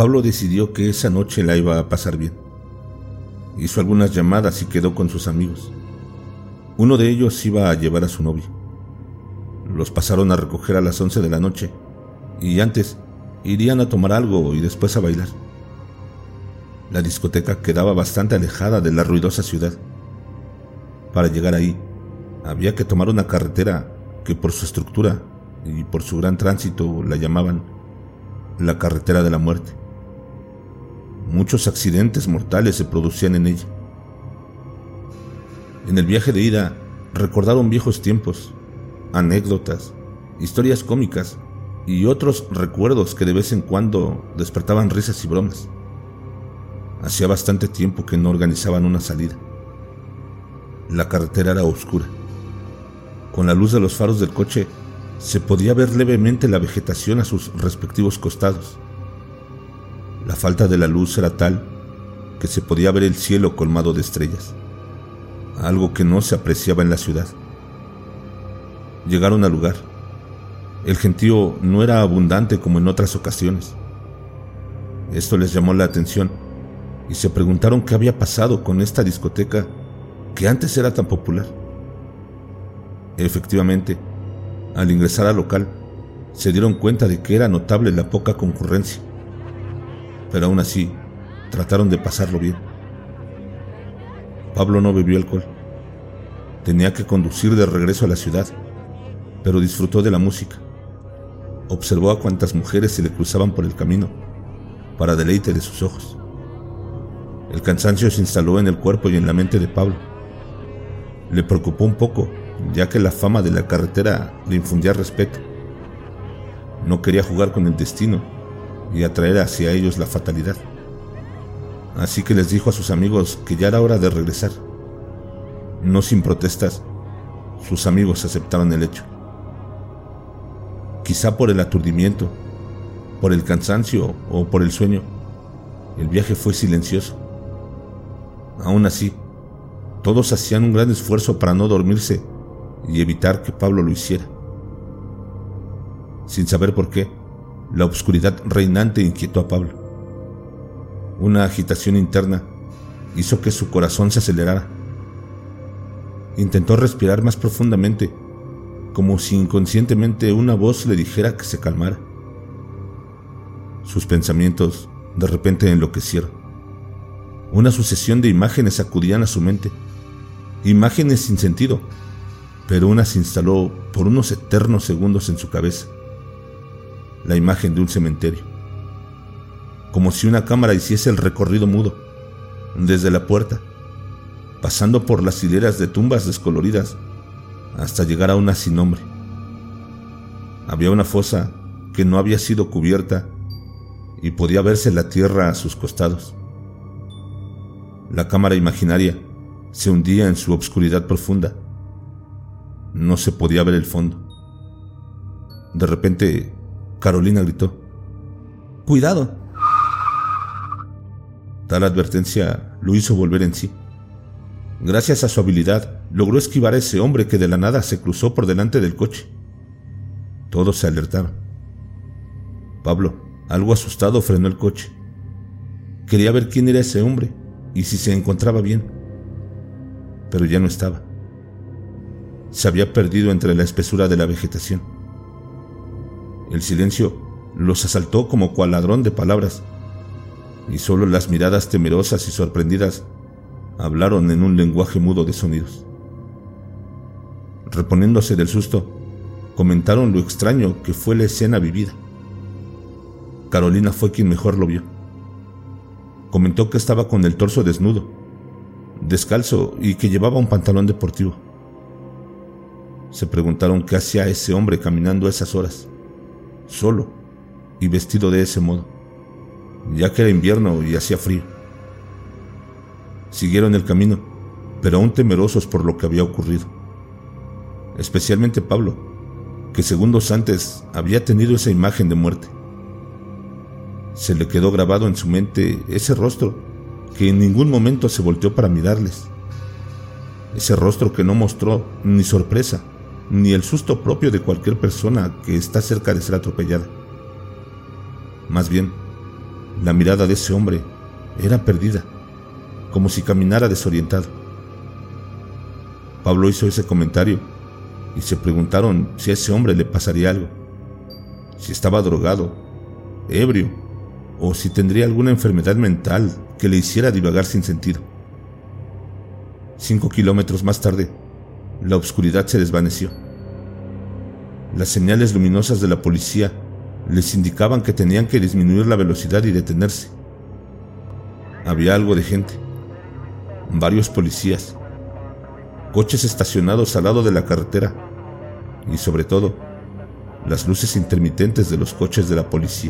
Pablo decidió que esa noche la iba a pasar bien. Hizo algunas llamadas y quedó con sus amigos. Uno de ellos iba a llevar a su novia. Los pasaron a recoger a las 11 de la noche y antes irían a tomar algo y después a bailar. La discoteca quedaba bastante alejada de la ruidosa ciudad. Para llegar ahí, había que tomar una carretera que por su estructura y por su gran tránsito la llamaban la carretera de la muerte. Muchos accidentes mortales se producían en ella. En el viaje de ida recordaron viejos tiempos, anécdotas, historias cómicas y otros recuerdos que de vez en cuando despertaban risas y bromas. Hacía bastante tiempo que no organizaban una salida. La carretera era oscura. Con la luz de los faros del coche se podía ver levemente la vegetación a sus respectivos costados. La falta de la luz era tal que se podía ver el cielo colmado de estrellas, algo que no se apreciaba en la ciudad. Llegaron al lugar. El gentío no era abundante como en otras ocasiones. Esto les llamó la atención y se preguntaron qué había pasado con esta discoteca que antes era tan popular. Efectivamente, al ingresar al local, se dieron cuenta de que era notable la poca concurrencia, pero aún así trataron de pasarlo bien. Pablo no bebió alcohol. Tenía que conducir de regreso a la ciudad, pero disfrutó de la música. Observó a cuantas mujeres se le cruzaban por el camino, para deleite de sus ojos. El cansancio se instaló en el cuerpo y en la mente de Pablo. Le preocupó un poco, ya que la fama de la carretera le infundía respeto. No quería jugar con el destino y atraer hacia ellos la fatalidad. Así que les dijo a sus amigos que ya era hora de regresar. No sin protestas, sus amigos aceptaron el hecho. Quizá por el aturdimiento, por el cansancio o por el sueño, el viaje fue silencioso. Aún así, todos hacían un gran esfuerzo para no dormirse y evitar que Pablo lo hiciera. Sin saber por qué, la oscuridad reinante inquietó a Pablo. Una agitación interna hizo que su corazón se acelerara. Intentó respirar más profundamente, como si inconscientemente una voz le dijera que se calmara. Sus pensamientos de repente enloquecieron. Una sucesión de imágenes acudían a su mente, imágenes sin sentido, pero una se instaló por unos eternos segundos en su cabeza. La imagen de un cementerio. Como si una cámara hiciese el recorrido mudo, desde la puerta, pasando por las hileras de tumbas descoloridas, hasta llegar a una sin nombre. Había una fosa que no había sido cubierta y podía verse la tierra a sus costados. La cámara imaginaria se hundía en su obscuridad profunda. No se podía ver el fondo. De repente, Carolina gritó: ¡Cuidado! Tal advertencia lo hizo volver en sí. Gracias a su habilidad, logró esquivar a ese hombre que de la nada se cruzó por delante del coche. Todos se alertaron. Pablo, algo asustado, frenó el coche. Quería ver quién era ese hombre y si se encontraba bien. Pero ya no estaba. Se había perdido entre la espesura de la vegetación. El silencio los asaltó como cual ladrón de palabras, y solo las miradas temerosas y sorprendidas hablaron en un lenguaje mudo de sonidos. Reponiéndose del susto, comentaron lo extraño que fue la escena vivida. Carolina fue quien mejor lo vio. Comentó que estaba con el torso desnudo, descalzo y que llevaba un pantalón deportivo. Se preguntaron qué hacía ese hombre caminando a esas horas, solo y vestido de ese modo, ya que era invierno y hacía frío. Siguieron el camino, pero aún temerosos por lo que había ocurrido. Especialmente Pablo, que segundos antes había tenido esa imagen de muerte. Se le quedó grabado en su mente ese rostro que en ningún momento se volteó para mirarles. Ese rostro que no mostró ni sorpresa, ni el susto propio de cualquier persona que está cerca de ser atropellada. Más bien, La mirada de ese hombre era perdida, como si caminara desorientado. Pablo hizo ese comentario y se preguntaron si a ese hombre le pasaría algo, si estaba drogado, ebrio, o si tendría alguna enfermedad mental que le hiciera divagar sin sentido. 5 kilómetros más tarde, la oscuridad se desvaneció. Las señales luminosas de la policía les indicaban que tenían que disminuir la velocidad y detenerse. Había algo de gente, varios policías, coches estacionados al lado de la carretera y, sobre todo, las luces intermitentes de los coches de la policía.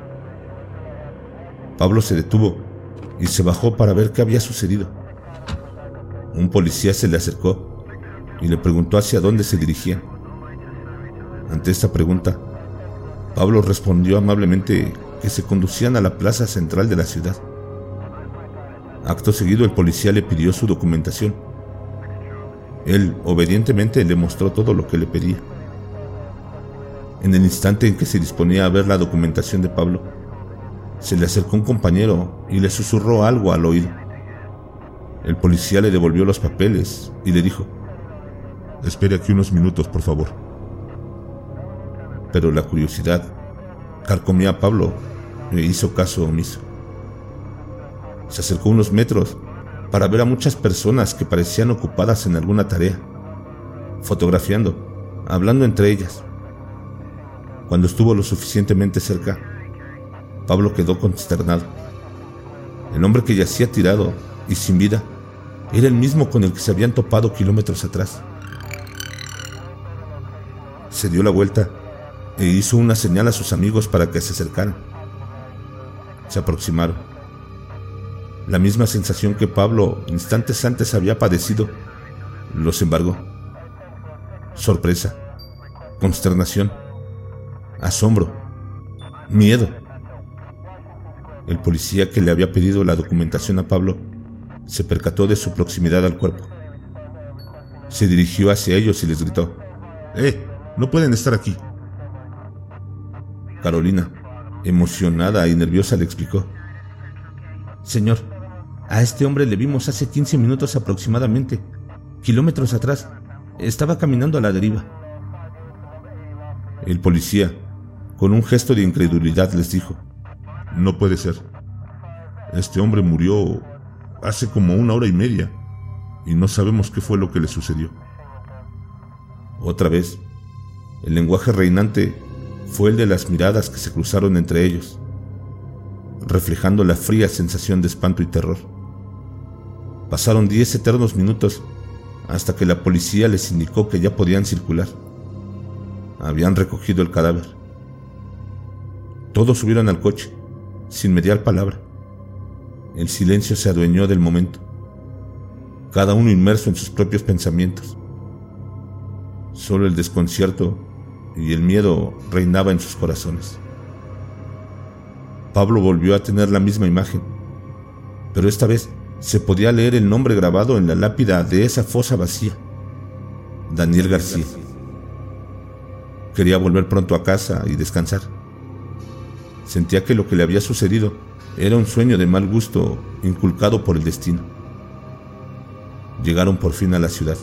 Pablo se detuvo y se bajó para ver qué había sucedido. Un policía se le acercó y le preguntó hacia dónde se dirigían. Ante esta pregunta, Pablo respondió amablemente que se conducían a la plaza central de la ciudad. Acto seguido, el policía le pidió su documentación. Él, obedientemente, le mostró todo lo que le pedía. En el instante en que se disponía a ver la documentación de Pablo, se le acercó un compañero y le susurró algo al oído. El policía le devolvió los papeles y le dijo: «Espere aquí unos minutos, por favor». Pero la curiosidad carcomía a Pablo e hizo caso omiso. Se acercó unos metros para ver a muchas personas que parecían ocupadas en alguna tarea, fotografiando, hablando entre ellas. Cuando estuvo lo suficientemente cerca, Pablo quedó consternado. El hombre que yacía tirado y sin vida era el mismo con el que se habían topado kilómetros atrás. Se dio la vuelta e hizo una señal a sus amigos para que se acercaran. Se aproximaron. La misma sensación que Pablo instantes antes había padecido los embargó. Sorpresa, consternación, asombro, miedo. El policía que le había pedido la documentación a Pablo se percató de su proximidad al cuerpo. Se dirigió hacia ellos y les gritó: no pueden estar aquí. Carolina, emocionada y nerviosa, le explicó: «Señor, a este hombre le vimos hace 15 minutos aproximadamente, kilómetros atrás. Estaba caminando a la deriva». El policía, con un gesto de incredulidad, les dijo: «No puede ser. Este hombre murió hace como 1 hora y media y no sabemos qué fue lo que le sucedió». Otra vez, el lenguaje reinante fue el de las miradas que se cruzaron entre ellos, reflejando la fría sensación de espanto y terror. Pasaron 10 eternos minutos hasta que la policía les indicó que ya podían circular. Habían recogido el cadáver. Todos subieron al coche, sin mediar palabra. El silencio se adueñó del momento, cada uno inmerso en sus propios pensamientos. Solo el desconcierto y el miedo reinaba en sus corazones. Pablo volvió a tener la misma imagen, pero esta vez se podía leer el nombre grabado en la lápida de esa fosa vacía: Daniel García. Quería volver pronto a casa y descansar. Sentía que lo que le había sucedido era un sueño de mal gusto inculcado por el destino. Llegaron por fin a la ciudad.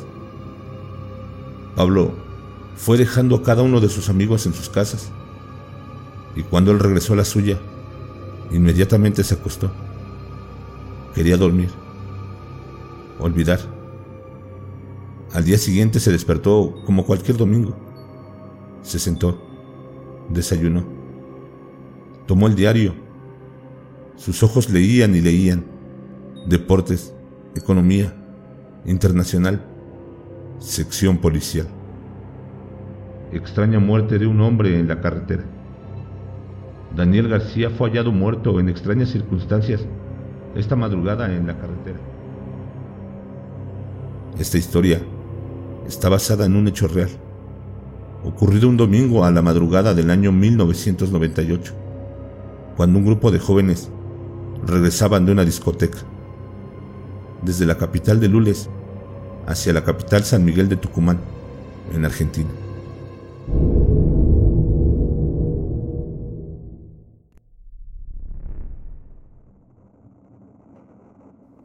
Pablo fue dejando a cada uno de sus amigos en sus casas, y cuando él regresó a la suya, inmediatamente se acostó. Quería dormir, olvidar. Al día siguiente se despertó como cualquier domingo. Se sentó, desayunó, tomó el diario. Sus ojos leían y leían: deportes, economía, internacional, sección policial. Extraña muerte de un hombre en la carretera. Daniel García fue hallado muerto en extrañas circunstancias esta madrugada en la carretera. Esta historia está basada en un hecho real, ocurrido un domingo a la madrugada del año 1998, cuando un grupo de jóvenes regresaban de una discoteca desde la capital de Lules hacia la capital San Miguel de Tucumán, en Argentina.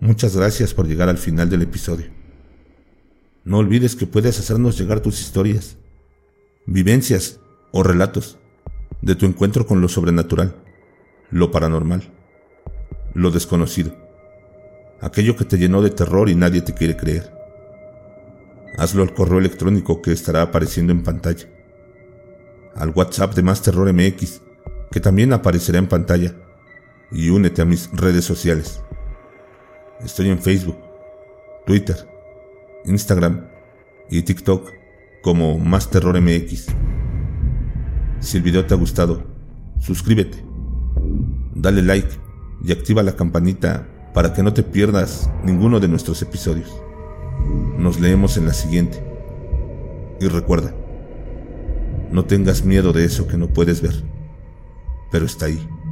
muchas gracias por llegar al final del episodio. No olvides que puedes hacernos llegar tus historias, vivencias o relatos de tu encuentro con lo sobrenatural, lo paranormal, lo desconocido, aquello que te llenó de terror y nadie te quiere creer. Hazlo al correo electrónico que estará apareciendo en pantalla, al WhatsApp de Más Terror MX, que también aparecerá en pantalla, y únete a mis redes sociales. Estoy en Facebook, Twitter, Instagram y TikTok como Más Terror MX. Si el video te ha gustado, suscríbete, dale like y activa la campanita para que no te pierdas ninguno de nuestros episodios. Nos leemos en la siguiente. Y recuerda, no tengas miedo de eso que no puedes ver, pero está ahí.